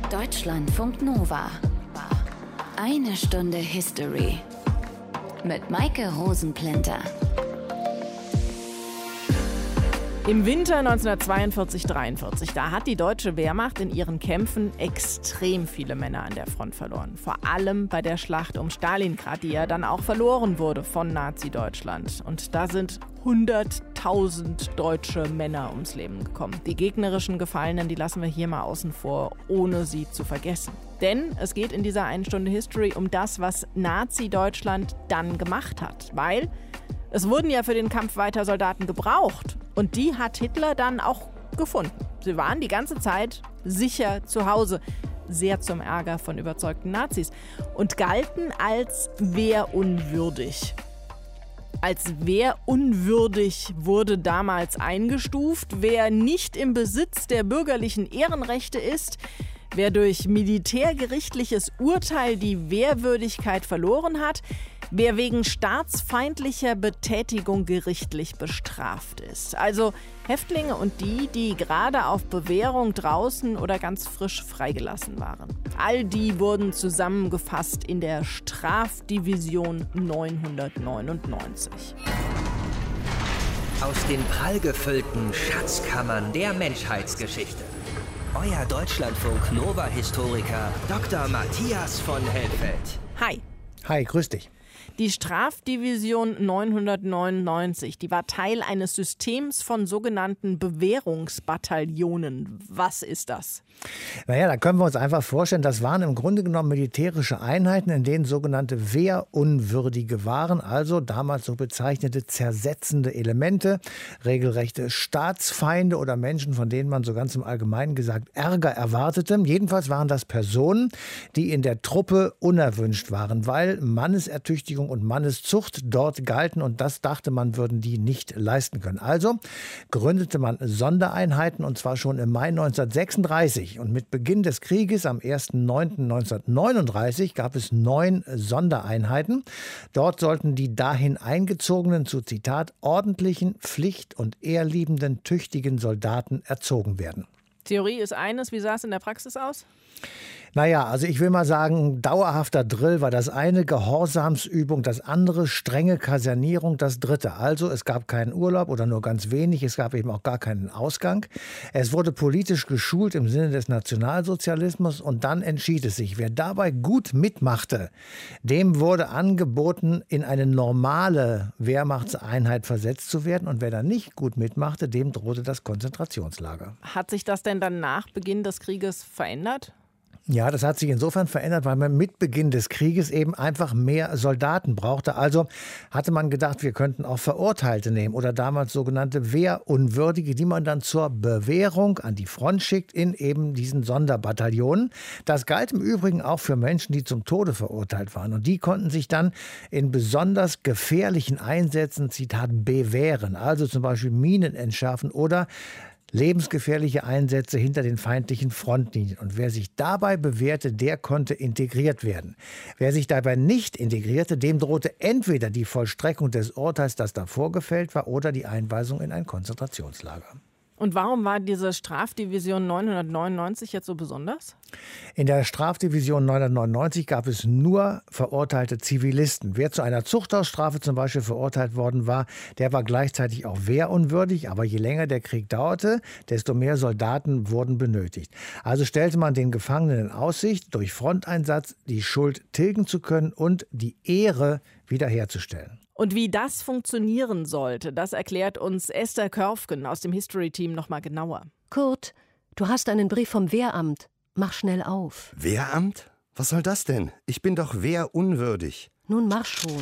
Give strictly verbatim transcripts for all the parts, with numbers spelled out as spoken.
Deutschlandfunk Nova. Eine Stunde History. Mit Maike Rosenplinter. Im Winter neunzehnhundertzweiundvierzig dreiundvierzig, da hat die deutsche Wehrmacht in ihren Kämpfen extrem viele Männer an der Front verloren. Vor allem bei der Schlacht um Stalingrad, die ja dann auch verloren wurde von Nazi-Deutschland. Und da sind hunderttausend deutsche Männer ums Leben gekommen. Die gegnerischen Gefallenen, die lassen wir hier mal außen vor, ohne sie zu vergessen. Denn es geht in dieser einen Stunde History um das, was Nazi-Deutschland dann gemacht hat. Weil es wurden ja für den Kampf weiter Soldaten gebraucht. Und die hat Hitler dann auch gefunden. Sie waren die ganze Zeit sicher zu Hause. Sehr zum Ärger von überzeugten Nazis. Und galten als wehrunwürdig. Als wehrunwürdig wurde damals eingestuft, wer nicht im Besitz der bürgerlichen Ehrenrechte ist, wer durch militärgerichtliches Urteil die Wehrwürdigkeit verloren hat, wer wegen staatsfeindlicher Betätigung gerichtlich bestraft ist. Also Häftlinge und die, die gerade auf Bewährung draußen oder ganz frisch freigelassen waren. All die wurden zusammengefasst in der Strafdivision neunhundertneunundneunzig. Aus den prallgefüllten Schatzkammern der Menschheitsgeschichte. Euer Deutschlandfunk-Nova-Historiker Doktor Matthias von Helfeld. Hi. Hi, grüß dich. Die Strafdivision neunhundertneunundneunzig, die war Teil eines Systems von sogenannten Bewährungsbataillonen. Was ist das? Naja, da können wir uns einfach vorstellen, das waren im Grunde genommen militärische Einheiten, in denen sogenannte Wehrunwürdige waren, also damals so bezeichnete zersetzende Elemente, regelrechte Staatsfeinde oder Menschen, von denen man so ganz im Allgemeinen gesagt Ärger erwartete. Jedenfalls waren das Personen, die in der Truppe unerwünscht waren, weil Mannesertüchtigung und Manneszucht dort galten und das dachte man, würden die nicht leisten können. Also gründete man Sondereinheiten und zwar schon im Mai neunzehnhundertsechsunddreißig. Und mit Beginn des Krieges am ersten neunten neunzehnhundertneununddreißig gab es neun Sondereinheiten. Dort sollten die dahin eingezogenen zu, Zitat, ordentlichen, pflicht- und ehrliebenden, tüchtigen Soldaten erzogen werden. Theorie ist eines, wie sah es in der Praxis aus? Naja, also ich will mal sagen, dauerhafter Drill war das eine, Gehorsamsübung das andere, strenge Kasernierung das dritte. Also es gab keinen Urlaub oder nur ganz wenig, es gab eben auch gar keinen Ausgang. Es wurde politisch geschult im Sinne des Nationalsozialismus und dann entschied es sich, wer dabei gut mitmachte, dem wurde angeboten, in eine normale Wehrmachtseinheit versetzt zu werden und wer da nicht gut mitmachte, dem drohte das Konzentrationslager. Hat sich das denn dann nach Beginn des Krieges verändert? Ja, das hat sich insofern verändert, weil man mit Beginn des Krieges eben einfach mehr Soldaten brauchte. Also hatte man gedacht, wir könnten auch Verurteilte nehmen oder damals sogenannte Wehrunwürdige, die man dann zur Bewährung an die Front schickt in eben diesen Sonderbataillonen. Das galt im Übrigen auch für Menschen, die zum Tode verurteilt waren. Und die konnten sich dann in besonders gefährlichen Einsätzen, Zitat, bewähren. Also zum Beispiel Minen entschärfen oder lebensgefährliche Einsätze hinter den feindlichen Frontlinien. Und wer sich dabei bewährte, der konnte integriert werden. Wer sich dabei nicht integrierte, dem drohte entweder die Vollstreckung des Urteils, das davor gefällt war, oder die Einweisung in ein Konzentrationslager. Und warum war diese Strafdivision neunhundertneunundneunzig jetzt so besonders? In der Strafdivision neunhundertneunundneunzig gab es nur verurteilte Zivilisten. Wer zu einer Zuchthausstrafe zum Beispiel verurteilt worden war, der war gleichzeitig auch wehrunwürdig. Aber je länger der Krieg dauerte, desto mehr Soldaten wurden benötigt. Also stellte man den Gefangenen in Aussicht, durch Fronteinsatz die Schuld tilgen zu können und die Ehre wiederherzustellen. Und wie das funktionieren sollte, das erklärt uns Esther Körfgen aus dem History-Team noch mal genauer. Kurt, du hast einen Brief vom Wehramt. Mach schnell auf. Wehramt? Was soll das denn? Ich bin doch wehrunwürdig. Nun mach schon.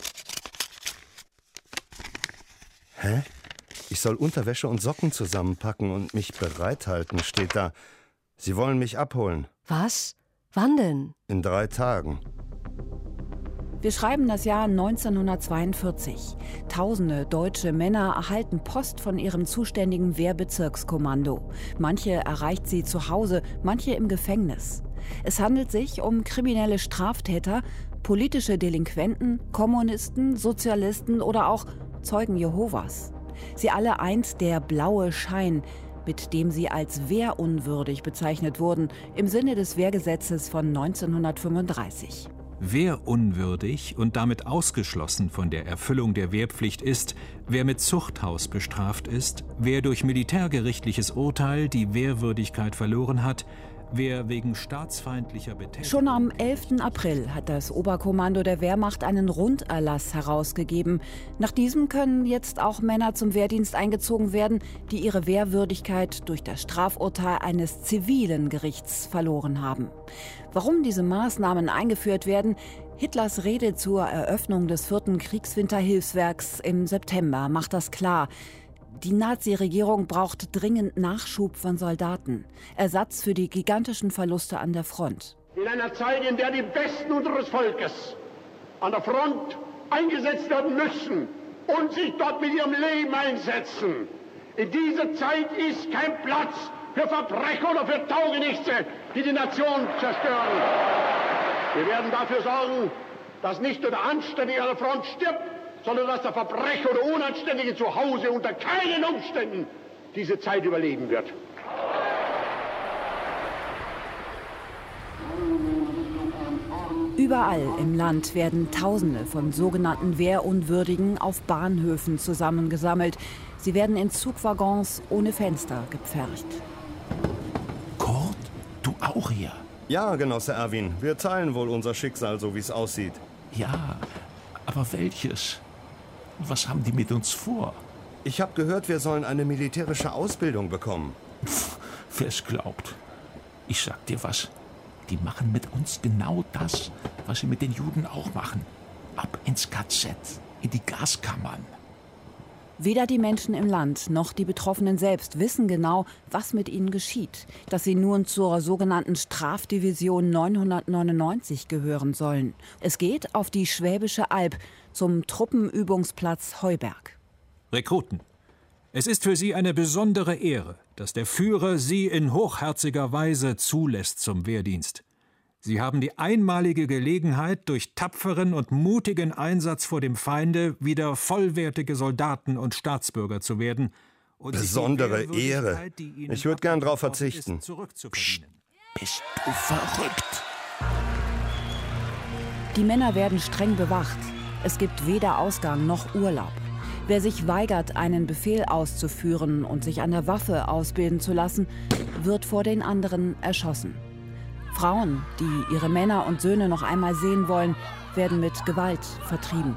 Hä? Ich soll Unterwäsche und Socken zusammenpacken und mich bereithalten, steht da. Sie wollen mich abholen. Was? Wann denn? In drei Tagen. Wir schreiben das Jahr neunzehnhundertzweiundvierzig. Tausende deutsche Männer erhalten Post von ihrem zuständigen Wehrbezirkskommando. Manche erreicht sie zu Hause, manche im Gefängnis. Es handelt sich um kriminelle Straftäter, politische Delinquenten, Kommunisten, Sozialisten oder auch Zeugen Jehovas. Sie alle eint der blaue Schein, mit dem sie als wehrunwürdig bezeichnet wurden, im Sinne des Wehrgesetzes von neunzehnhundertfünfunddreißig. Wehrunwürdig und damit ausgeschlossen von der Erfüllung der Wehrpflicht ist, wer mit Zuchthaus bestraft ist, wer durch militärgerichtliches Urteil die Wehrwürdigkeit verloren hat, wer wegen staatsfeindlicher Betätigung... Schon am elften April hat das Oberkommando der Wehrmacht einen Runderlass herausgegeben. Nach diesem können jetzt auch Männer zum Wehrdienst eingezogen werden, die ihre Wehrwürdigkeit durch das Strafurteil eines zivilen Gerichts verloren haben. Warum diese Maßnahmen eingeführt werden? Hitlers Rede zur Eröffnung des vierten Kriegswinterhilfswerks im September macht das klar. Die Nazi-Regierung braucht dringend Nachschub von Soldaten. Ersatz für die gigantischen Verluste an der Front. In einer Zeit, in der die Besten unseres Volkes an der Front eingesetzt werden müssen und sich dort mit ihrem Leben einsetzen. In dieser Zeit ist kein Platz für Verbrecher oder für Taugenichtse, die die Nation zerstören. Wir werden dafür sorgen, dass nicht nur der Anständige an der Front stirbt, sondern dass der Verbrecher oder Unanständige zu Hause unter keinen Umständen diese Zeit überleben wird. Überall im Land werden Tausende von sogenannten Wehrunwürdigen auf Bahnhöfen zusammengesammelt. Sie werden in Zugwaggons ohne Fenster gepfercht. Kurt, du auch hier? Ja, Genosse Erwin, wir teilen wohl unser Schicksal, so wie es aussieht. Ja, aber welches? Was haben die mit uns vor? Ich habe gehört, wir sollen eine militärische Ausbildung bekommen. Pff, wer's glaubt. Ich sag dir was. Die machen mit uns genau das, was sie mit den Juden auch machen. Ab ins K Z, in die Gaskammern. Weder die Menschen im Land noch die Betroffenen selbst wissen genau, was mit ihnen geschieht. Dass sie nun zur sogenannten Strafdivision neunhundertneunundneunzig gehören sollen. Es geht auf die Schwäbische Alb zum Truppenübungsplatz Heuberg. Rekruten, es ist für Sie eine besondere Ehre, dass der Führer Sie in hochherziger Weise zulässt zum Wehrdienst. Sie haben die einmalige Gelegenheit, durch tapferen und mutigen Einsatz vor dem Feinde wieder vollwertige Soldaten und Staatsbürger zu werden. Und besondere Ehre. Ich würde gern drauf verzichten. Psst, bist du verrückt? Die Männer werden streng bewacht. Es gibt weder Ausgang noch Urlaub. Wer sich weigert, einen Befehl auszuführen und sich an der Waffe ausbilden zu lassen, wird vor den anderen erschossen. Frauen, die ihre Männer und Söhne noch einmal sehen wollen, werden mit Gewalt vertrieben.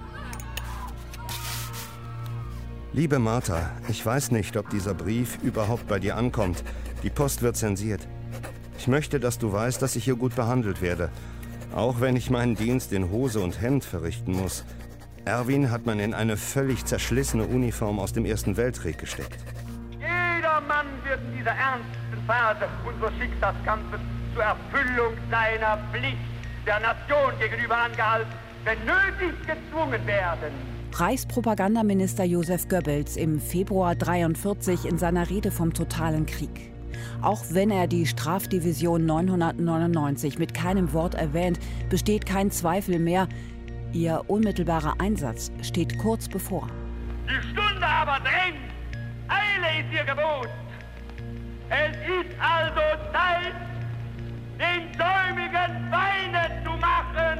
Liebe Martha, ich weiß nicht, ob dieser Brief überhaupt bei dir ankommt. Die Post wird zensiert. Ich möchte, dass du weißt, dass ich hier gut behandelt werde. Auch wenn ich meinen Dienst in Hose und Hemd verrichten muss. Erwin hat man in eine völlig zerschlissene Uniform aus dem Ersten Weltkrieg gesteckt. Jeder Mann wird in dieser ernsten Phase unseres Schicksalskampfes zur Erfüllung seiner Pflicht der Nation gegenüber angehalten, wenn nötig gezwungen werden. Reichspropagandaminister Josef Goebbels im Februar dreiundvierzig in seiner Rede vom totalen Krieg. Auch wenn er die Strafdivision neunhundertneunundneunzig mit keinem Wort erwähnt, besteht kein Zweifel mehr, ihr unmittelbarer Einsatz steht kurz bevor. Die Stunde aber drängt, Eile ist ihr Gebot. Es ist also Zeit, den säumigen Weine zu machen.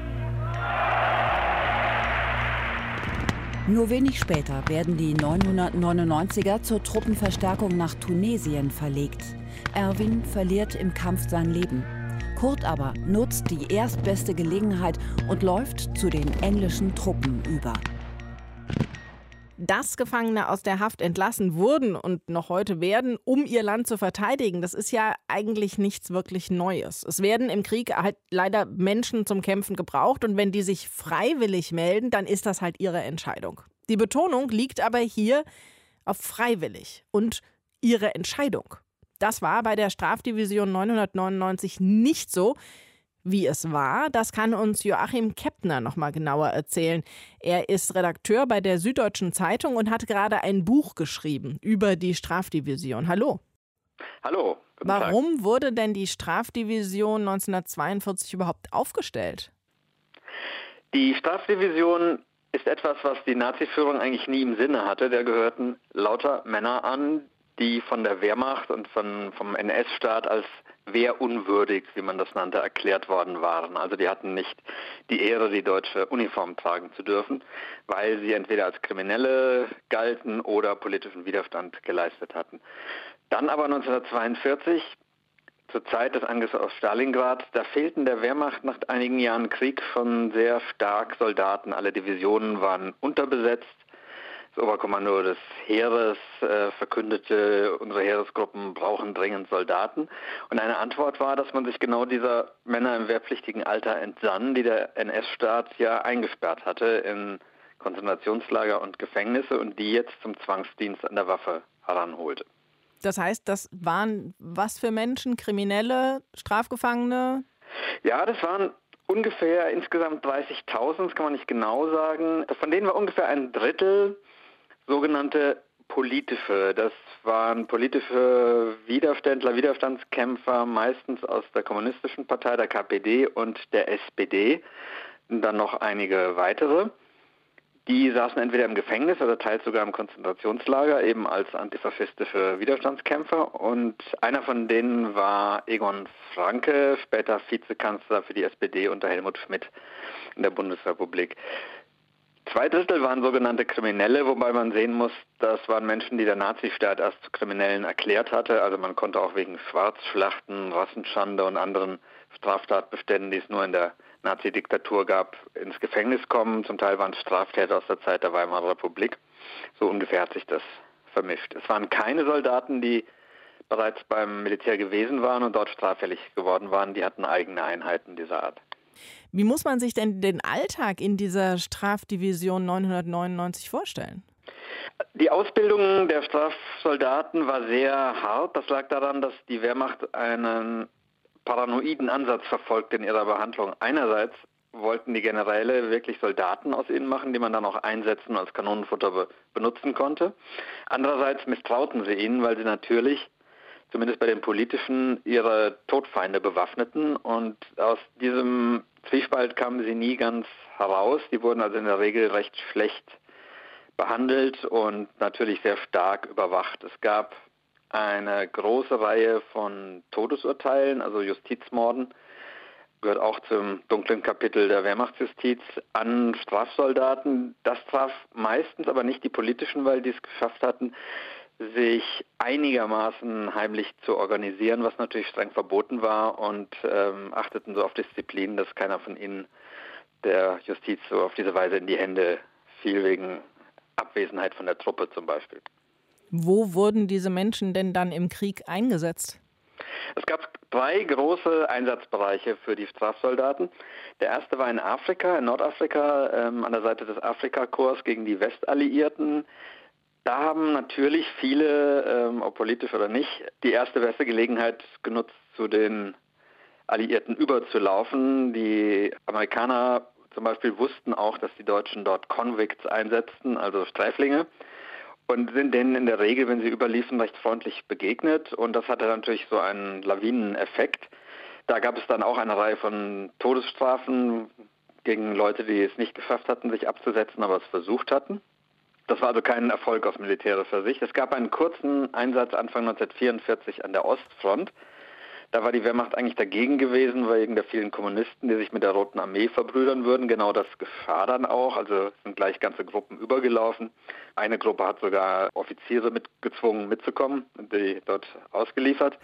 Nur wenig später werden die neunhundertneunundneunziger zur Truppenverstärkung nach Tunesien verlegt. Erwin verliert im Kampf sein Leben. Kurt aber nutzt die erstbeste Gelegenheit und läuft zu den englischen Truppen über. Dass Gefangene aus der Haft entlassen wurden und noch heute werden, um ihr Land zu verteidigen, das ist ja eigentlich nichts wirklich Neues. Es werden im Krieg halt leider Menschen zum Kämpfen gebraucht und wenn die sich freiwillig melden, dann ist das halt ihre Entscheidung. Die Betonung liegt aber hier auf freiwillig und ihre Entscheidung. Das war bei der Strafdivision neunhundertneunundneunzig nicht so. Wie es war, das kann uns Joachim Keppner noch mal genauer erzählen. Er ist Redakteur bei der Süddeutschen Zeitung und hat gerade ein Buch geschrieben über die Strafdivision. Hallo. Hallo. Guten Warum Tag. wurde denn die Strafdivision neunzehnhundertzweiundvierzig überhaupt aufgestellt? Die Strafdivision ist etwas, was die Nazi-Führung eigentlich nie im Sinne hatte. Da gehörten lauter Männer an, die von der Wehrmacht und von, vom N S-Staat als wehrunwürdig, wie man das nannte, erklärt worden waren. Also die hatten nicht die Ehre, die deutsche Uniform tragen zu dürfen, weil sie entweder als Kriminelle galten oder politischen Widerstand geleistet hatten. Dann aber neunzehnhundertzweiundvierzig, zur Zeit des Angriffs auf Stalingrad, da fehlten der Wehrmacht nach einigen Jahren Krieg schon sehr stark Soldaten. Alle Divisionen waren unterbesetzt. Das Oberkommando des Heeres äh, verkündete, unsere Heeresgruppen brauchen dringend Soldaten. Und eine Antwort war, dass man sich genau dieser Männer im wehrpflichtigen Alter entsann, die der N S-Staat ja eingesperrt hatte in Konzentrationslager und Gefängnisse und die jetzt zum Zwangsdienst an der Waffe heranholte. Das heißt, das waren was für Menschen? Kriminelle, Strafgefangene? Ja, das waren ungefähr insgesamt dreißigtausend, das kann man nicht genau sagen. Von denen war ungefähr ein Drittel sogenannte politische. Das waren politische Widerständler, Widerstandskämpfer, meistens aus der Kommunistischen Partei, der K P D und der S P D. Und dann noch einige weitere. Die saßen entweder im Gefängnis oder teils sogar im Konzentrationslager, eben als antifaschistische Widerstandskämpfer. Und einer von denen war Egon Franke, später Vizekanzler für die S P D unter Helmut Schmidt in der Bundesrepublik. Zwei Drittel waren sogenannte Kriminelle, wobei man sehen muss, das waren Menschen, die der Nazistaat erst zu Kriminellen erklärt hatte. Also man konnte auch wegen Schwarzschlachten, Rassenschande und anderen Straftatbeständen, die es nur in der Nazi-Diktatur gab, ins Gefängnis kommen. Zum Teil waren es Straftäter aus der Zeit der Weimarer Republik. So ungefähr hat sich das vermischt. Es waren keine Soldaten, die bereits beim Militär gewesen waren und dort straffällig geworden waren. Die hatten eigene Einheiten dieser Art. Wie muss man sich denn den Alltag in dieser Strafdivision neunhundertneunundneunzig vorstellen? Die Ausbildung der Strafsoldaten war sehr hart. Das lag daran, dass die Wehrmacht einen paranoiden Ansatz verfolgt in ihrer Behandlung. Einerseits wollten die Generäle wirklich Soldaten aus ihnen machen, die man dann auch einsetzen und als Kanonenfutter be- benutzen konnte. Andererseits misstrauten sie ihnen, weil sie natürlich, zumindest bei den Politischen, ihre Todfeinde bewaffneten. Und aus diesem Zwiespalt kamen sie nie ganz heraus. Die wurden also in der Regel recht schlecht behandelt und natürlich sehr stark überwacht. Es gab eine große Reihe von Todesurteilen, also Justizmorden, gehört auch zum dunklen Kapitel der Wehrmachtsjustiz, an Strafsoldaten. Das traf meistens aber nicht die Politischen, weil die es geschafft hatten, sich einigermaßen heimlich zu organisieren, was natürlich streng verboten war, und ähm, achteten so auf Disziplin, dass keiner von ihnen der Justiz so auf diese Weise in die Hände fiel, wegen Abwesenheit von der Truppe zum Beispiel. Wo wurden diese Menschen denn dann im Krieg eingesetzt? Es gab drei große Einsatzbereiche für die Strafsoldaten. Der erste war in Afrika, in Nordafrika, ähm, an der Seite des Afrikakorps gegen die Westalliierten. Da haben natürlich viele, ähm, ob politisch oder nicht, die erste beste Gelegenheit genutzt, zu den Alliierten überzulaufen. Die Amerikaner zum Beispiel wussten auch, dass die Deutschen dort Convicts einsetzten, also Sträflinge, und sind denen in der Regel, wenn sie überliefen, recht freundlich begegnet. Und das hatte natürlich so einen Lawineneffekt. Da gab es dann auch eine Reihe von Todesstrafen gegen Leute, die es nicht geschafft hatten, sich abzusetzen, aber es versucht hatten. Das war also kein Erfolg aus militärischer Sicht. Es gab einen kurzen Einsatz Anfang neunzehnhundertvierundvierzig an der Ostfront. Da war die Wehrmacht eigentlich dagegen gewesen, wegen der vielen Kommunisten, die sich mit der Roten Armee verbrüdern würden. Genau das geschah dann auch. Also sind gleich ganze Gruppen übergelaufen. Eine Gruppe hat sogar Offiziere mitgezwungen, mitzukommen, die dort ausgeliefert.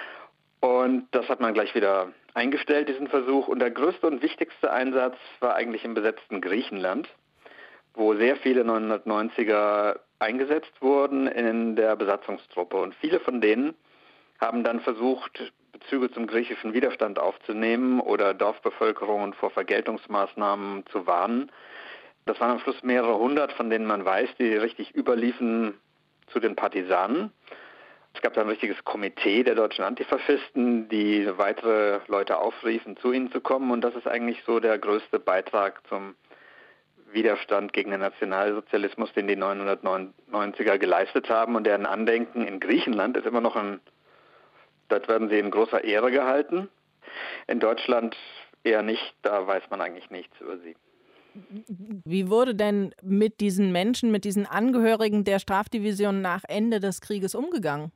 Und das hat man gleich wieder eingestellt, diesen Versuch. Und der größte und wichtigste Einsatz war eigentlich im besetzten Griechenland, wo sehr viele neunzehnhundertneunziger eingesetzt wurden in der Besatzungstruppe. Und viele von denen haben dann versucht, Bezüge zum griechischen Widerstand aufzunehmen oder Dorfbevölkerungen vor Vergeltungsmaßnahmen zu warnen. Das waren am Schluss mehrere hundert, von denen man weiß, die richtig überliefen zu den Partisanen. Es gab dann ein richtiges Komitee der deutschen Antifaschisten, die weitere Leute aufriefen, zu ihnen zu kommen. Und das ist eigentlich so der größte Beitrag zum Widerstand gegen den Nationalsozialismus, den die neunzehnhundertneunziger geleistet haben. Und deren Andenken in Griechenland ist immer noch ein, dort werden sie in großer Ehre gehalten. In Deutschland eher nicht, da weiß man eigentlich nichts über sie. Wie wurde denn mit diesen Menschen, mit diesen Angehörigen der Strafdivision nach Ende des Krieges umgegangen?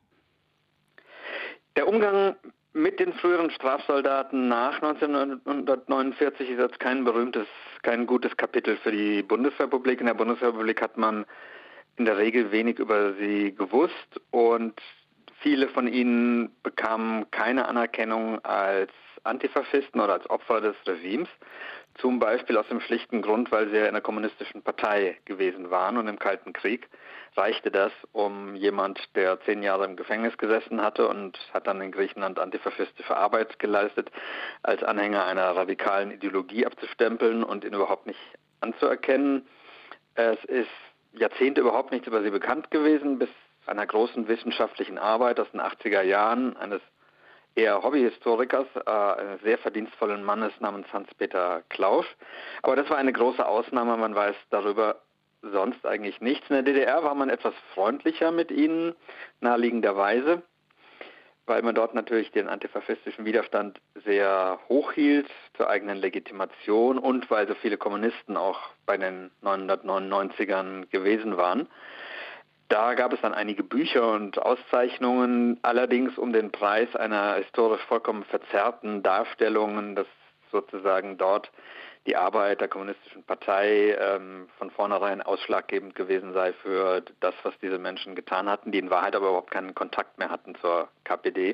Der Umgang mit den früheren Strafsoldaten nach neunzehnhundertneunundvierzig ist jetzt kein berühmtes, kein gutes Kapitel für die Bundesrepublik. In der Bundesrepublik hat man in der Regel wenig über sie gewusst und viele von ihnen bekamen keine Anerkennung als Antifaschisten oder als Opfer des Regimes. Zum Beispiel aus dem schlichten Grund, weil sie ja in der kommunistischen Partei gewesen waren und im Kalten Krieg reichte das, um jemand, der zehn Jahre im Gefängnis gesessen hatte und hat dann in Griechenland antifaschistische Arbeit geleistet, als Anhänger einer radikalen Ideologie abzustempeln und ihn überhaupt nicht anzuerkennen. Es ist Jahrzehnte überhaupt nichts über sie bekannt gewesen, bis einer großen wissenschaftlichen Arbeit aus den achtziger Jahren eines eher Hobbyhistorikers, äh, eines sehr verdienstvollen Mannes namens Hans-Peter Klausch. Aber das war eine große Ausnahme, man weiß darüber sonst eigentlich nichts. In der D D R war man etwas freundlicher mit ihnen, naheliegenderweise, weil man dort natürlich den antifaschistischen Widerstand sehr hoch hielt zur eigenen Legitimation und weil so viele Kommunisten auch bei den neunzehnhundertneunundneunzigern gewesen waren. Da gab es dann einige Bücher und Auszeichnungen, allerdings um den Preis einer historisch vollkommen verzerrten Darstellung, dass sozusagen dort die Arbeit der kommunistischen Partei ähm, von vornherein ausschlaggebend gewesen sei für das, was diese Menschen getan hatten, die in Wahrheit aber überhaupt keinen Kontakt mehr hatten zur K P D.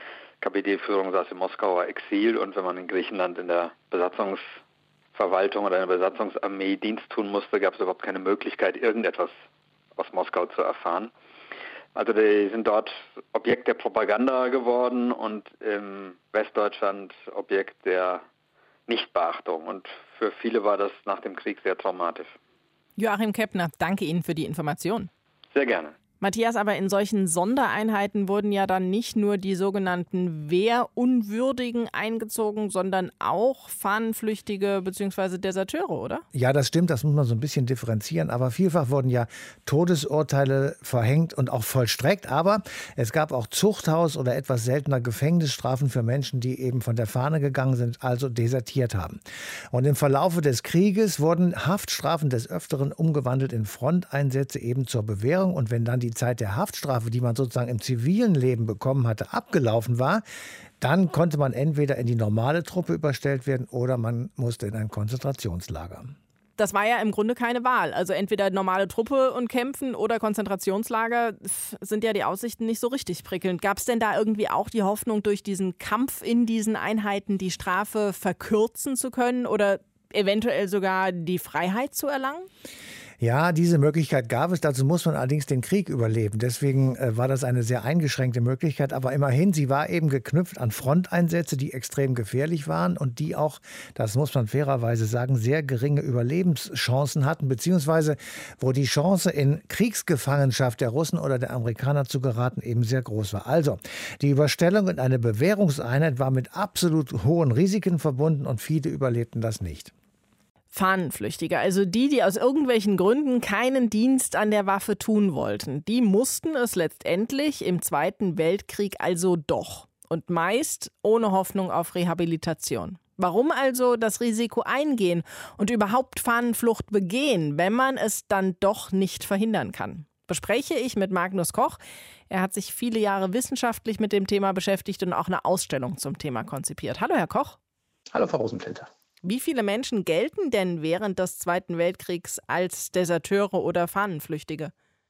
K P D-Führung saß im Moskauer Exil und wenn man in Griechenland in der Besatzungsverwaltung oder in der Besatzungsarmee Dienst tun musste, gab es überhaupt keine Möglichkeit, irgendetwas aus Moskau zu erfahren. Also die sind dort Objekt der Propaganda geworden und im Westdeutschland Objekt der Nichtbeachtung. Und für viele war das nach dem Krieg sehr traumatisch. Joachim Keppner, danke Ihnen für die Information. Sehr gerne. Matthias, aber in solchen Sondereinheiten wurden ja dann nicht nur die sogenannten Wehrunwürdigen eingezogen, sondern auch Fahnenflüchtige bzw. Deserteure, oder? Ja, das stimmt, das muss man so ein bisschen differenzieren. Aber vielfach wurden ja Todesurteile verhängt und auch vollstreckt. Aber es gab auch Zuchthaus- oder etwas seltener Gefängnisstrafen für Menschen, die eben von der Fahne gegangen sind, also desertiert haben. Und im Verlaufe des Krieges wurden Haftstrafen des Öfteren umgewandelt in Fronteinsätze eben zur Bewährung. Und wenn dann die Zeit der Haftstrafe, die man sozusagen im zivilen Leben bekommen hatte, abgelaufen war, dann konnte man entweder in die normale Truppe überstellt werden oder man musste in ein Konzentrationslager. Das war ja im Grunde keine Wahl. Also entweder normale Truppe und kämpfen oder Konzentrationslager, sind ja die Aussichten nicht so richtig prickelnd. Gab es denn da irgendwie auch die Hoffnung, durch diesen Kampf in diesen Einheiten die Strafe verkürzen zu können oder eventuell sogar die Freiheit zu erlangen? Ja, diese Möglichkeit gab es. Dazu muss man allerdings den Krieg überleben. Deswegen äh, war das eine sehr eingeschränkte Möglichkeit. Aber immerhin, sie war eben geknüpft an Fronteinsätze, die extrem gefährlich waren und die auch, das muss man fairerweise sagen, sehr geringe Überlebenschancen hatten, beziehungsweise wo die Chance, in Kriegsgefangenschaft der Russen oder der Amerikaner zu geraten, eben sehr groß war. Also, die Überstellung in eine Bewährungseinheit war mit absolut hohen Risiken verbunden und viele überlebten das nicht. Fahnenflüchtige, also die, die aus irgendwelchen Gründen keinen Dienst an der Waffe tun wollten, die mussten es letztendlich im Zweiten Weltkrieg also doch. Und meist ohne Hoffnung auf Rehabilitation. Warum also das Risiko eingehen und überhaupt Fahnenflucht begehen, wenn man es dann doch nicht verhindern kann? Bespreche ich mit Magnus Koch. Er hat sich viele Jahre wissenschaftlich mit dem Thema beschäftigt und auch eine Ausstellung zum Thema konzipiert. Hallo, Herr Koch. Hallo, Frau Rosenplinter. Wie viele Menschen gelten denn während des Zweiten Weltkriegs als Deserteure oder Fahnenflüchtige?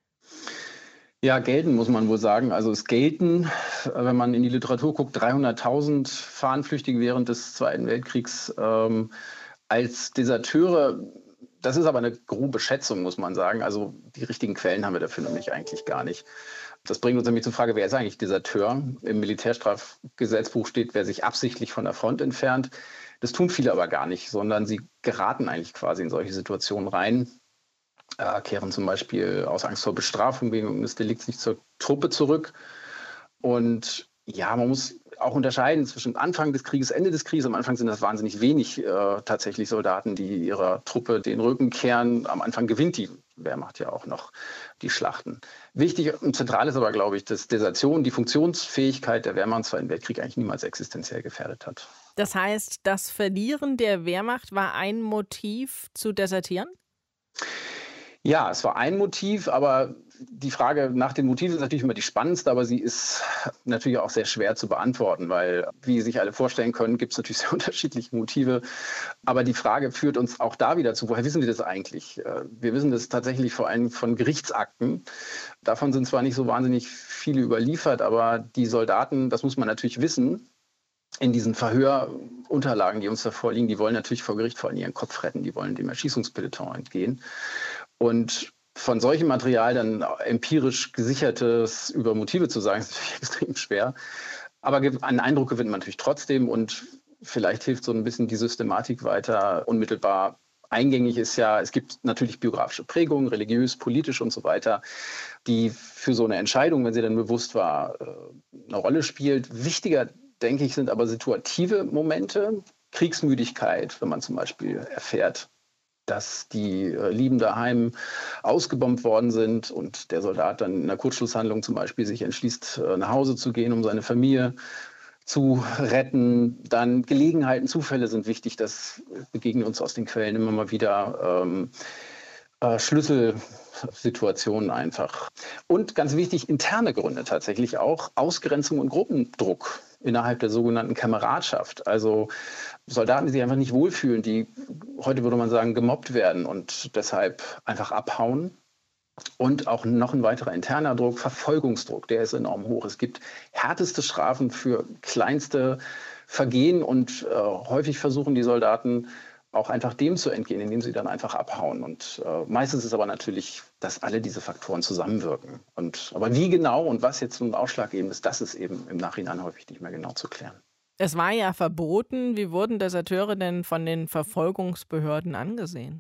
Ja, gelten muss man wohl sagen. Also es gelten, wenn man in die Literatur guckt, dreihunderttausend Fahnenflüchtige während des Zweiten Weltkriegs ähm, als Deserteure. Das ist aber eine grobe Schätzung, muss man sagen. Also die richtigen Quellen haben wir dafür nämlich eigentlich gar nicht. Das bringt uns nämlich zur Frage, wer ist eigentlich Deserteur? Im Militärstrafgesetzbuch steht, wer sich absichtlich von der Front entfernt. Das tun viele aber gar nicht, sondern sie geraten eigentlich quasi in solche Situationen rein, äh, kehren zum Beispiel aus Angst vor Bestrafung wegen des Delikts nicht zur Truppe zurück. Und ja, man muss auch unterscheiden zwischen Anfang des Krieges, Ende des Krieges. Am Anfang sind das wahnsinnig wenig äh, tatsächlich Soldaten, die ihrer Truppe den Rücken kehren. Am Anfang gewinnt die Wehrmacht ja auch noch die Schlachten. Wichtig und zentral ist aber, glaube ich, dass Desertion die Funktionsfähigkeit der Wehrmacht im Zweiten Weltkrieg eigentlich niemals existenziell gefährdet hat. Das heißt, das Verlieren der Wehrmacht war ein Motiv zu desertieren? Ja, es war ein Motiv, aber die Frage nach den Motiven ist natürlich immer die spannendste, aber sie ist natürlich auch sehr schwer zu beantworten, weil, wie sich alle vorstellen können, gibt es natürlich sehr unterschiedliche Motive. Aber die Frage führt uns auch da wieder zu, woher wissen wir das eigentlich? Wir wissen das tatsächlich vor allem von Gerichtsakten. Davon sind zwar nicht so wahnsinnig viele überliefert, aber die Soldaten, das muss man natürlich wissen, in diesen Verhörunterlagen, die uns da vorliegen, die wollen natürlich vor Gericht vor allem ihren Kopf retten, die wollen dem Erschießungspeloton entgehen. Und von solchem Material dann empirisch Gesichertes über Motive zu sagen, ist natürlich extrem schwer. Aber einen Eindruck gewinnt man natürlich trotzdem und vielleicht hilft so ein bisschen die Systematik weiter. Unmittelbar eingängig ist ja, es gibt natürlich biografische Prägungen, religiös, politisch und so weiter, die für so eine Entscheidung, wenn sie dann bewusst war, eine Rolle spielt. Wichtiger, denke ich, sind aber situative Momente, Kriegsmüdigkeit, wenn man zum Beispiel erfährt, dass die äh, Lieben daheim ausgebombt worden sind und der Soldat dann in einer Kurzschlusshandlung zum Beispiel sich entschließt, äh, nach Hause zu gehen, um seine Familie zu retten. Dann Gelegenheiten, Zufälle sind wichtig. Das begegnet uns aus den Quellen immer mal wieder. Ähm, äh, Schlüsselsituationen einfach. Und ganz wichtig, interne Gründe tatsächlich auch. Ausgrenzung und Gruppendruck innerhalb der sogenannten Kameradschaft. Also Soldaten, die sich einfach nicht wohlfühlen, die, heute würde man sagen, gemobbt werden und deshalb einfach abhauen. Und auch noch ein weiterer interner Druck, Verfolgungsdruck, der ist enorm hoch. Es gibt härteste Strafen für kleinste Vergehen und äh, häufig versuchen die Soldaten auch einfach dem zu entgehen, indem sie dann einfach abhauen. Und äh, meistens ist es aber natürlich, dass alle diese Faktoren zusammenwirken. Und, aber wie genau und was jetzt nun ausschlaggebend ist, das ist eben im Nachhinein häufig nicht mehr genau zu klären. Es war ja verboten. Wie wurden Deserteure denn von den Verfolgungsbehörden angesehen?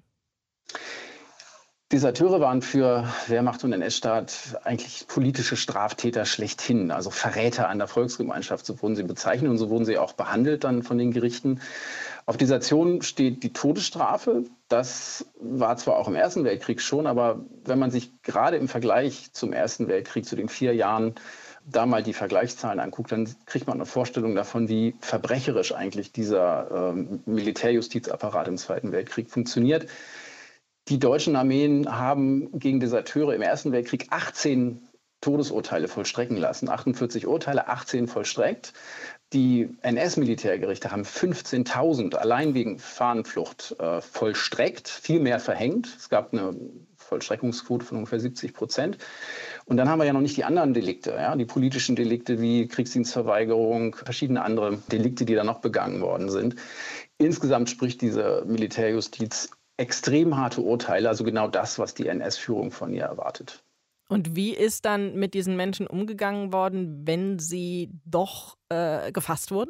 Deserteure waren für Wehrmacht und N S-Staat eigentlich politische Straftäter schlechthin, also Verräter an der Volksgemeinschaft, so wurden sie bezeichnet und so wurden sie auch behandelt dann von den Gerichten. Auf Desertion steht die Todesstrafe. Das war zwar auch im Ersten Weltkrieg schon, aber wenn man sich gerade im Vergleich zum Ersten Weltkrieg, zu den vier Jahren, da mal die Vergleichszahlen anguckt, dann kriegt man eine Vorstellung davon, wie verbrecherisch eigentlich dieser ähm, Militärjustizapparat im Zweiten Weltkrieg funktioniert. Die deutschen Armeen haben gegen Deserteure im Ersten Weltkrieg achtzehn Todesurteile vollstrecken lassen, achtundvierzig Urteile, achtzehn vollstreckt. Die N S-Militärgerichte haben fünfzehntausend allein wegen Fahnenflucht äh, vollstreckt, viel mehr verhängt. Es gab eine Vollstreckungsquote von ungefähr siebzig Prozent. Und dann haben wir ja noch nicht die anderen Delikte, ja, die politischen Delikte wie Kriegsdienstverweigerung, verschiedene andere Delikte, die da noch begangen worden sind. Insgesamt spricht diese Militärjustiz extrem harte Urteile, also genau das, was die N S-Führung von ihr erwartet. Und wie ist dann mit diesen Menschen umgegangen worden, wenn sie doch äh, gefasst wurden?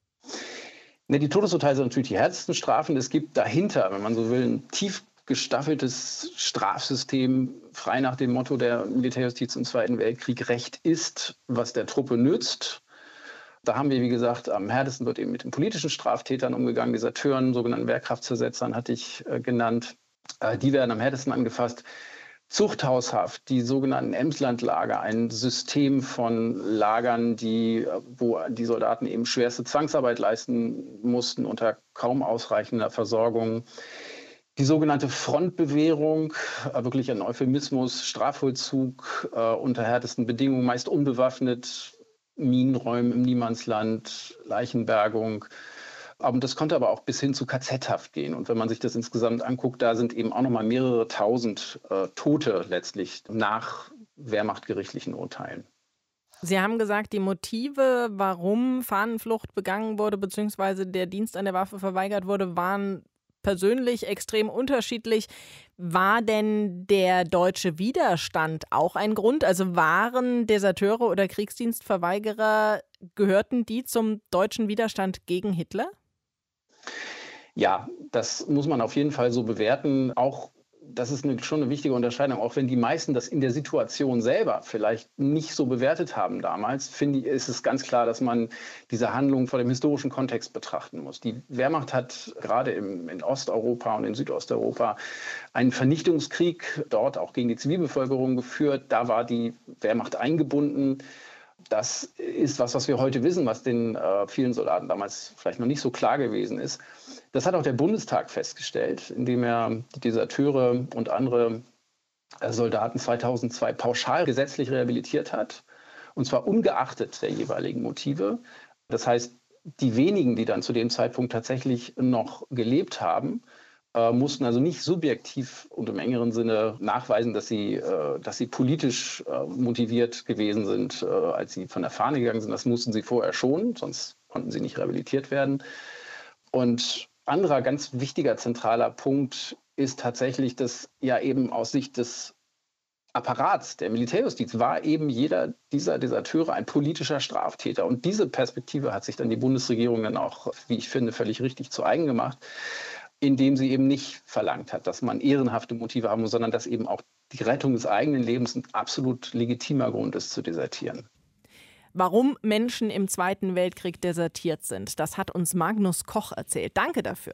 Ne, die Todesurteile sind natürlich die härtesten Strafen. Es gibt dahinter, wenn man so will, ein tief gestaffeltes Strafsystem, frei nach dem Motto der Militärjustiz im Zweiten Weltkrieg: Recht ist, was der Truppe nützt. Da haben wir, wie gesagt, am härtesten wird eben mit den politischen Straftätern umgegangen, Deserteuren, sogenannten Wehrkraftzersetzern hatte ich äh, genannt. Äh, die werden am härtesten angefasst. Zuchthaushaft, die sogenannten Emslandlager, ein System von Lagern, die, wo die Soldaten eben schwerste Zwangsarbeit leisten mussten unter kaum ausreichender Versorgung. Die sogenannte Frontbewährung, wirklich ein Euphemismus, Strafvollzug äh, unter härtesten Bedingungen, meist unbewaffnet, Minenräumen im Niemandsland, Leichenbergung. Und das konnte aber auch bis hin zu K Z-Haft gehen. Und wenn man sich das insgesamt anguckt, da sind eben auch noch mal mehrere tausend äh, Tote letztlich nach wehrmachtgerichtlichen Urteilen. Sie haben gesagt, die Motive, warum Fahnenflucht begangen wurde, beziehungsweise der Dienst an der Waffe verweigert wurde, waren persönlich extrem unterschiedlich. War denn der deutsche Widerstand auch ein Grund? Also waren Deserteure oder Kriegsdienstverweigerer, gehörten die zum deutschen Widerstand gegen Hitler? Ja, das muss man auf jeden Fall so bewerten. Auch das ist eine, schon eine wichtige Unterscheidung. Auch wenn die meisten das in der Situation selber vielleicht nicht so bewertet haben damals, finde ich, ist es ganz klar, dass man diese Handlung vor dem historischen Kontext betrachten muss. Die Wehrmacht hat gerade im, in Osteuropa und in Südosteuropa einen Vernichtungskrieg dort auch gegen die Zivilbevölkerung geführt. Da war die Wehrmacht eingebunden. Das ist was, was wir heute wissen, was den äh, vielen Soldaten damals vielleicht noch nicht so klar gewesen ist. Das hat auch der Bundestag festgestellt, indem er die Deserteure und andere äh, Soldaten zweitausendzwei pauschal gesetzlich rehabilitiert hat. Und zwar ungeachtet der jeweiligen Motive. Das heißt, die wenigen, die dann zu dem Zeitpunkt tatsächlich noch gelebt haben, äh, mussten also nicht subjektiv und im engeren Sinne nachweisen, dass sie, äh, dass sie politisch äh, motiviert gewesen sind, äh, als sie von der Fahne gegangen sind. Das mussten sie vorher schon, sonst konnten sie nicht rehabilitiert werden. Und anderer ganz wichtiger zentraler Punkt ist tatsächlich, dass ja eben aus Sicht des Apparats der Militärjustiz war eben jeder dieser Deserteure ein politischer Straftäter. Und diese Perspektive hat sich dann die Bundesregierung dann auch, wie ich finde, völlig richtig zu eigen gemacht, indem sie eben nicht verlangt hat, dass man ehrenhafte Motive haben muss, sondern dass eben auch die Rettung des eigenen Lebens ein absolut legitimer Grund ist, zu desertieren. Warum Menschen im Zweiten Weltkrieg desertiert sind, das hat uns Magnus Koch erzählt. Danke dafür.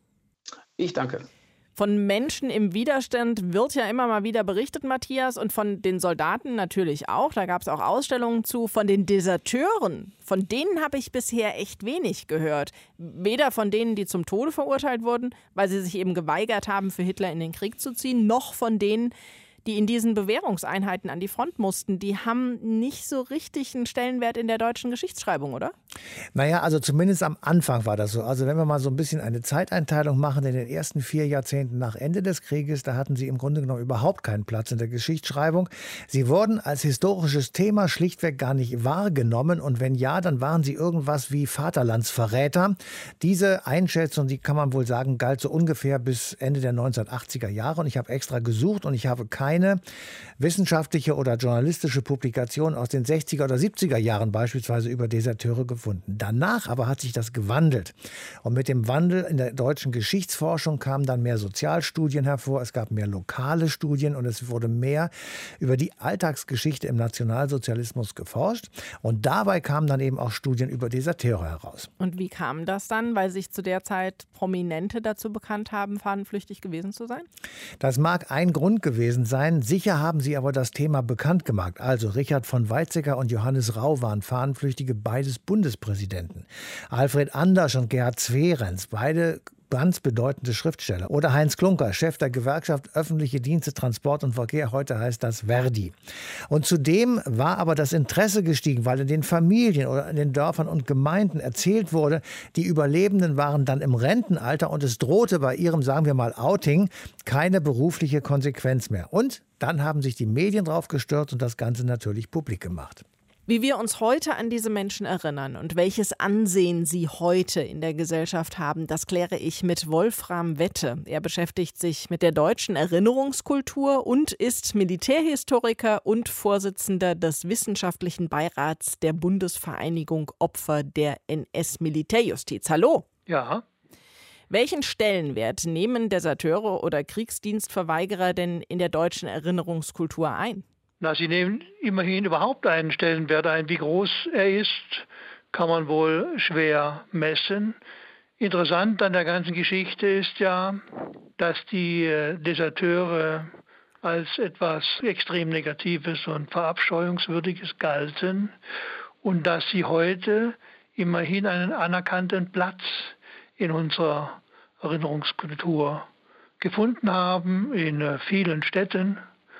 Ich danke. Von Menschen im Widerstand wird ja immer mal wieder berichtet, Matthias, und von den Soldaten natürlich auch. Da gab es auch Ausstellungen zu. Von den Deserteuren, von denen habe ich bisher echt wenig gehört. Weder von denen, die zum Tode verurteilt wurden, weil sie sich eben geweigert haben, für Hitler in den Krieg zu ziehen, noch von denen, die in diesen Bewährungseinheiten an die Front mussten. Die haben nicht so richtig einen Stellenwert in der deutschen Geschichtsschreibung, oder? Naja, also zumindest am Anfang war das so. Also wenn wir mal so ein bisschen eine Zeiteinteilung machen, in den ersten vier Jahrzehnten nach Ende des Krieges, da hatten sie im Grunde genommen überhaupt keinen Platz in der Geschichtsschreibung. Sie wurden als historisches Thema schlichtweg gar nicht wahrgenommen. Und wenn ja, dann waren sie irgendwas wie Vaterlandsverräter. Diese Einschätzung, die kann man wohl sagen, galt so ungefähr bis Ende der neunzehnhundertachtziger Jahre. Und ich habe extra gesucht und ich habe keine Eine wissenschaftliche oder journalistische Publikation aus den sechziger oder siebziger Jahren beispielsweise über Deserteure gefunden. Danach aber hat sich das gewandelt. Und mit dem Wandel in der deutschen Geschichtsforschung kamen dann mehr Sozialstudien hervor, es gab mehr lokale Studien und es wurde mehr über die Alltagsgeschichte im Nationalsozialismus geforscht. Und dabei kamen dann eben auch Studien über Deserteure heraus. Und wie kam das dann? Weil sich zu der Zeit Prominente dazu bekannt haben, fahnenflüchtig gewesen zu sein? Das mag ein Grund gewesen sein. Sicher haben sie aber das Thema bekannt gemacht. Also Richard von Weizsäcker und Johannes Rau waren Fahnenflüchtige, beides Bundespräsidenten. Alfred Andersch und Gerhard Zwerenz, beide ganz bedeutende Schriftsteller. Oder Heinz Klunker, Chef der Gewerkschaft Öffentliche Dienste, Transport und Verkehr, heute heißt das Verdi. Und zudem war aber das Interesse gestiegen, weil in den Familien oder in den Dörfern und Gemeinden erzählt wurde, die Überlebenden waren dann im Rentenalter und es drohte bei ihrem, sagen wir mal, Outing keine berufliche Konsequenz mehr. Und dann haben sich die Medien drauf gestürzt und das Ganze natürlich publik gemacht. Wie wir uns heute an diese Menschen erinnern und welches Ansehen sie heute in der Gesellschaft haben, das kläre ich mit Wolfram Wette. Er beschäftigt sich mit der deutschen Erinnerungskultur und ist Militärhistoriker und Vorsitzender des Wissenschaftlichen Beirats der Bundesvereinigung Opfer der N S-Militärjustiz. Hallo. Ja. Welchen Stellenwert nehmen Deserteure oder Kriegsdienstverweigerer denn in der deutschen Erinnerungskultur ein? Na, sie nehmen immerhin überhaupt einen Stellenwert ein. Wie groß er ist, kann man wohl schwer messen. Interessant an der ganzen Geschichte ist ja, dass die Deserteure als etwas extrem Negatives und Verabscheuungswürdiges galten und dass sie heute immerhin einen anerkannten Platz in unserer Erinnerungskultur gefunden haben, in vielen Städten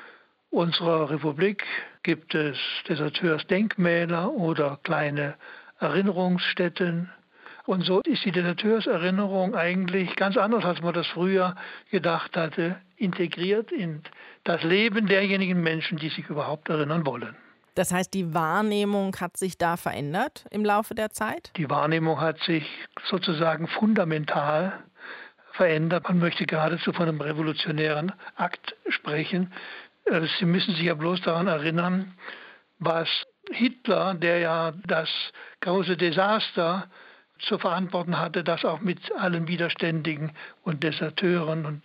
unserer Republik gibt es Deserteursdenkmäler oder kleine Erinnerungsstätten. Und so ist die Deserteurserinnerung eigentlich ganz anders, als man das früher gedacht hatte, integriert in das Leben derjenigen Menschen, die sich überhaupt erinnern wollen. Das heißt, die Wahrnehmung hat sich da verändert im Laufe der Zeit? Die Wahrnehmung hat sich sozusagen fundamental verändert. Man möchte geradezu von einem revolutionären Akt sprechen. Sie müssen sich ja bloß daran erinnern, was Hitler, der ja das große Desaster zu verantworten hatte, das auch mit allen Widerständigen und Deserteuren und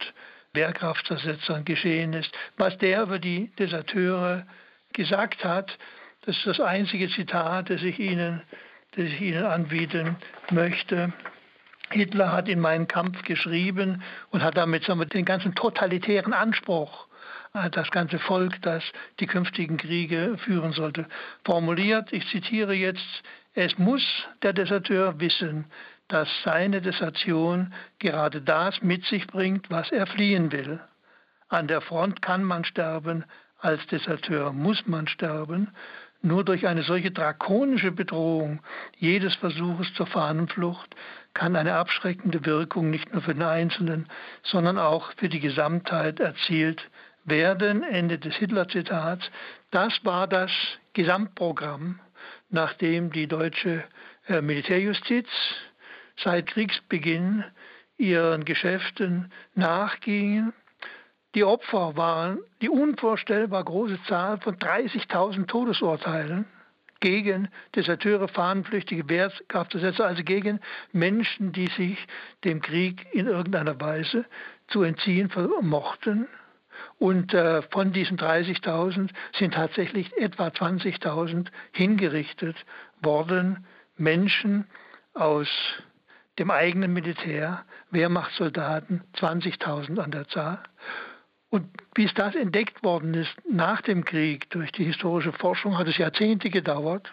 Wehrkraftzersetzern geschehen ist. Was der über die Deserteure gesagt hat, das ist das einzige Zitat, das ich Ihnen, das ich Ihnen anbieten möchte. Hitler hat in Mein Kampf geschrieben und hat damit sagen wir, den ganzen totalitären Anspruch, das ganze Volk, das die künftigen Kriege führen sollte, formuliert. Ich zitiere jetzt: Es muss der Deserteur wissen, dass seine Desertion gerade das mit sich bringt, was er fliehen will. An der Front kann man sterben, als Deserteur muss man sterben. Nur durch eine solche drakonische Bedrohung jedes Versuches zur Fahnenflucht kann eine abschreckende Wirkung nicht nur für den Einzelnen, sondern auch für die Gesamtheit erzielt werden. Ende des Hitler-Zitats. Das war das Gesamtprogramm, nachdem die deutsche äh, Militärjustiz seit Kriegsbeginn ihren Geschäften nachging. Die Opfer waren die unvorstellbar große Zahl von dreißigtausend Todesurteilen gegen Deserteure, Fahnenflüchtige, Wehrkraftzersetzer, also gegen Menschen, die sich dem Krieg in irgendeiner Weise zu entziehen vermochten. Und äh, von diesen dreißigtausend sind tatsächlich etwa zwanzigtausend hingerichtet worden. Menschen aus dem eigenen Militär, Wehrmachtssoldaten, zwanzigtausend an der Zahl. Und bis das entdeckt worden ist nach dem Krieg durch die historische Forschung, hat es Jahrzehnte gedauert.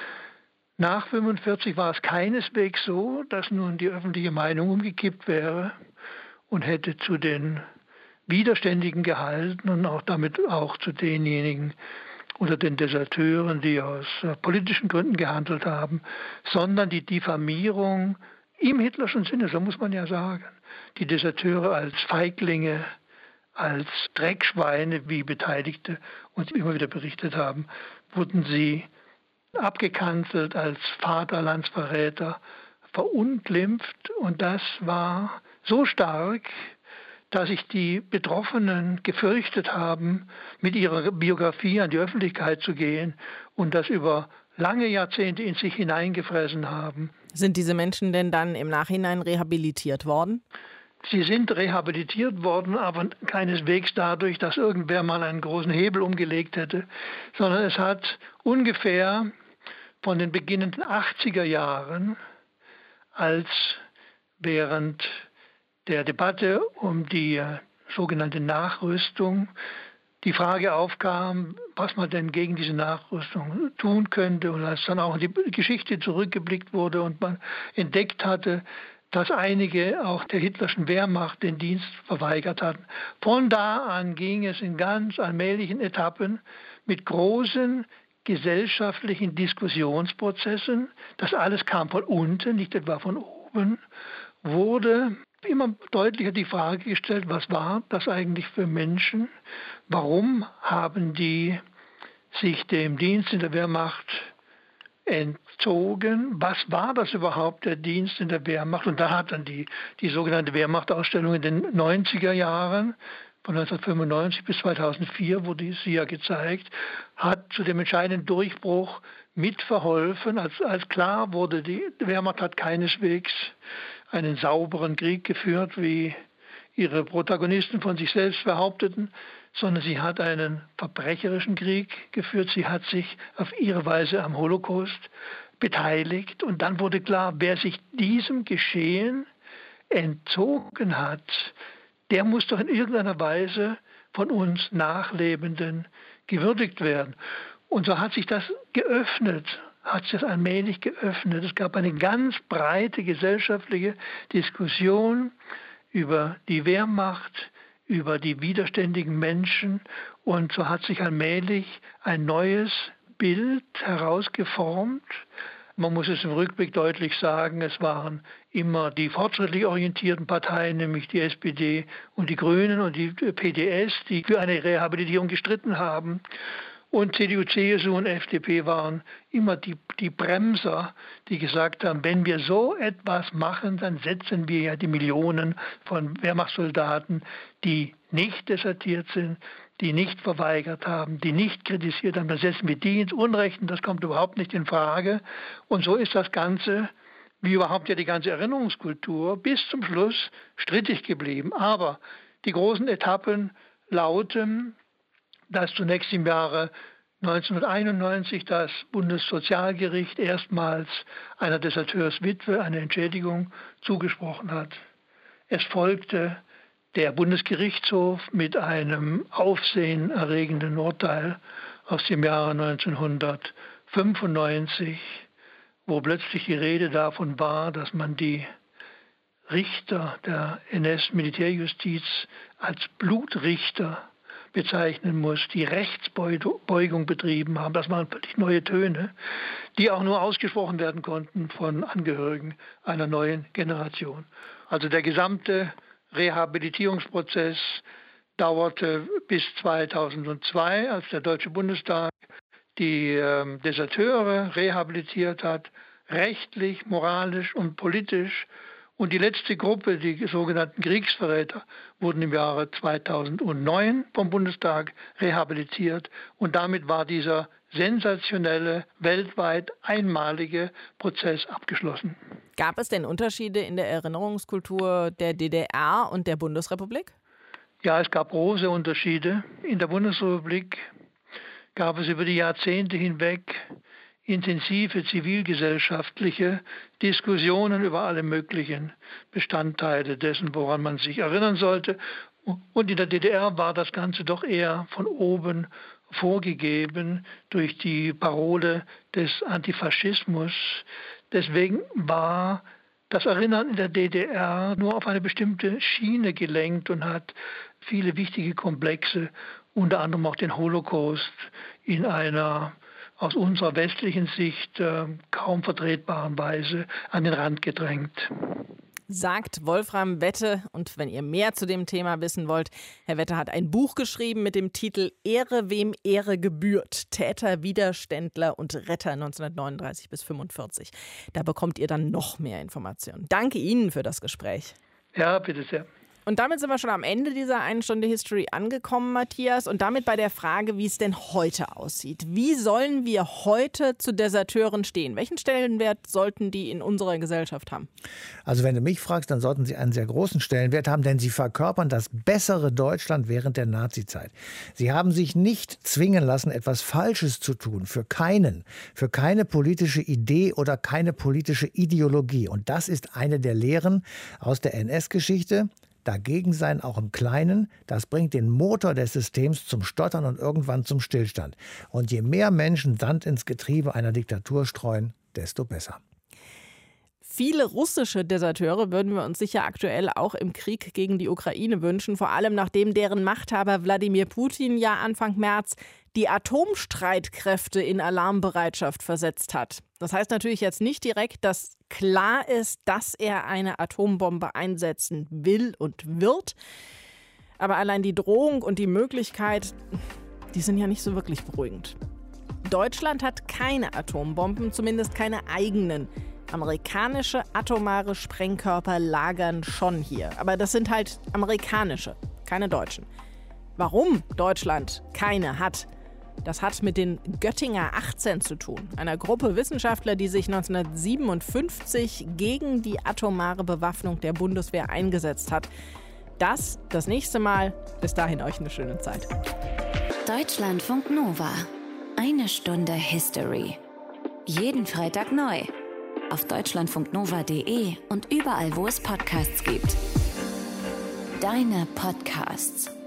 Nach fünfundvierzig war es keineswegs so, dass nun die öffentliche Meinung umgekippt wäre und hätte zu den Widerständigen gehalten und auch damit auch zu denjenigen unter den Deserteuren, die aus äh, politischen Gründen gehandelt haben, sondern die Diffamierung im hitlerschen Sinne, so muss man ja sagen, die Deserteure als Feiglinge, als Dreckschweine, wie Beteiligte uns immer wieder berichtet haben, wurden sie abgekanzelt als Vaterlandsverräter, verunglimpft. Und das war so stark, dass sich die Betroffenen gefürchtet haben, mit ihrer Biografie an die Öffentlichkeit zu gehen und das über lange Jahrzehnte in sich hineingefressen haben. Sind diese Menschen denn dann im Nachhinein rehabilitiert worden? Sie sind rehabilitiert worden, aber keineswegs dadurch, dass irgendwer mal einen großen Hebel umgelegt hätte, sondern es hat ungefähr von den beginnenden achtziger Jahren, als während der Debatte um die äh, sogenannte Nachrüstung die Frage aufkam, was man denn gegen diese Nachrüstung tun könnte, und als dann auch in die Geschichte zurückgeblickt wurde und man entdeckt hatte, dass einige auch der hitlerschen Wehrmacht den Dienst verweigert hatten. Von da an ging es in ganz allmählichen Etappen mit großen gesellschaftlichen Diskussionsprozessen. Das alles kam von unten, nicht etwa von oben, wurde immer deutlicher die Frage gestellt, was war das eigentlich für Menschen? Warum haben die sich dem Dienst in der Wehrmacht entzogen? Was war das überhaupt, der Dienst in der Wehrmacht? Und da hat dann die, die sogenannte Wehrmachtausstellung in den neunziger Jahren, von neunzehnhundertfünfundneunzig bis zweitausendvier wurde sie ja gezeigt, hat zu dem entscheidenden Durchbruch mitverholfen, als, als klar wurde, die Wehrmacht hat keineswegs einen sauberen Krieg geführt, wie ihre Protagonisten von sich selbst behaupteten, sondern sie hat einen verbrecherischen Krieg geführt. Sie hat sich auf ihre Weise am Holocaust beteiligt. Und dann wurde klar, wer sich diesem Geschehen entzogen hat, der muss doch in irgendeiner Weise von uns Nachlebenden gewürdigt werden. Und so hat sich das geöffnet, hat sich das allmählich geöffnet. Es gab eine ganz breite gesellschaftliche Diskussion über die Wehrmacht, über die widerständigen Menschen, und so hat sich allmählich ein neues Bild herausgeformt. Man muss es im Rückblick deutlich sagen, es waren immer die fortschrittlich orientierten Parteien, nämlich die S P D und die Grünen und die P D S, die für eine Rehabilitierung gestritten haben. Und C D U, C S U und F D P waren immer die, die Bremser, die gesagt haben, wenn wir so etwas machen, dann setzen wir ja die Millionen von Wehrmachtssoldaten, die nicht desertiert sind, die nicht verweigert haben, die nicht kritisiert haben, dann setzen wir die ins Unrecht, und das kommt überhaupt nicht in Frage. Und so ist das Ganze, wie überhaupt ja die ganze Erinnerungskultur, bis zum Schluss strittig geblieben. Aber Die großen Etappen lauten, dass zunächst im Jahre neunzehnhunderteinundneunzig das Bundessozialgericht erstmals einer Deserteurswitwe eine Entschädigung zugesprochen hat. Es folgte der Bundesgerichtshof mit einem aufsehenerregenden Urteil aus dem Jahre neunzehnhundertfünfundneunzig, wo plötzlich die Rede davon war, dass man die Richter der N S-Militärjustiz als Blutrichter bezeichnen muss, die Rechtsbeugung betrieben haben. Das waren völlig neue Töne, die auch nur ausgesprochen werden konnten von Angehörigen einer neuen Generation. Also der gesamte Rehabilitierungsprozess dauerte bis zweitausendzwei, als der Deutsche Bundestag die äh, Deserteure rehabilitiert hat, rechtlich, moralisch und politisch. Und die letzte Gruppe, die sogenannten Kriegsverräter, wurden im Jahre zweitausendneun vom Bundestag rehabilitiert. Und damit war dieser sensationelle, weltweit einmalige Prozess abgeschlossen. Gab es denn Unterschiede in der Erinnerungskultur der D D R und der Bundesrepublik? Ja, es gab große Unterschiede. In der Bundesrepublik gab es über die Jahrzehnte hinweg intensive zivilgesellschaftliche Diskussionen über alle möglichen Bestandteile dessen, woran man sich erinnern sollte. Und in der D D R war das Ganze doch eher von oben vorgegeben durch die Parole des Antifaschismus. Deswegen war das Erinnern in der D D R nur auf eine bestimmte Schiene gelenkt und hat viele wichtige Komplexe, unter anderem auch den Holocaust, in einer aus unserer westlichen Sicht äh, kaum vertretbaren Weise an den Rand gedrängt. Sagt Wolfram Wette. Und wenn ihr mehr zu dem Thema wissen wollt, Herr Wette hat ein Buch geschrieben mit dem Titel Ehre, wem Ehre gebührt. Täter, Widerständler und Retter neunzehnhundertneununddreißig bis fünfundvierzig. Da bekommt ihr dann noch mehr Informationen. Danke Ihnen für das Gespräch. Ja, bitte sehr. Und damit sind wir schon am Ende dieser einen Stunde History angekommen, Matthias. Und damit bei der Frage, wie es denn heute aussieht. Wie sollen wir heute zu Deserteuren stehen? Welchen Stellenwert sollten die in unserer Gesellschaft haben? Also wenn du mich fragst, dann sollten sie einen sehr großen Stellenwert haben, denn sie verkörpern das bessere Deutschland während der Nazizeit. Sie haben sich nicht zwingen lassen, etwas Falsches zu tun. Für keinen. Für keine politische Idee oder keine politische Ideologie. Und das ist eine der Lehren aus der N S-Geschichte. Dagegen sein, auch im Kleinen, das bringt den Motor des Systems zum Stottern und irgendwann zum Stillstand. Und je mehr Menschen Sand ins Getriebe einer Diktatur streuen, desto besser. Viele russische Deserteure würden wir uns sicher aktuell auch im Krieg gegen die Ukraine wünschen, vor allem nachdem deren Machthaber Wladimir Putin ja Anfang März die Atomstreitkräfte in Alarmbereitschaft versetzt hat. Das heißt natürlich jetzt nicht direkt, dass klar ist, dass er eine Atombombe einsetzen will und wird. Aber allein die Drohung und die Möglichkeit, die sind ja nicht so wirklich beruhigend. Deutschland hat keine Atombomben, zumindest keine eigenen. Amerikanische atomare Sprengkörper lagern schon hier. Aber das sind halt amerikanische, keine deutschen. Warum Deutschland keine hat, das hat mit den Göttinger achtzehn zu tun. Einer Gruppe Wissenschaftler, die sich neunzehnhundertsiebenundfünfzig gegen die atomare Bewaffnung der Bundeswehr eingesetzt hat. Das das nächste Mal. Bis dahin euch eine schöne Zeit. Deutschlandfunk Nova. Eine Stunde History. Jeden Freitag neu. Auf deutschlandfunknova punkt de und überall, wo es Podcasts gibt. Deine Podcasts.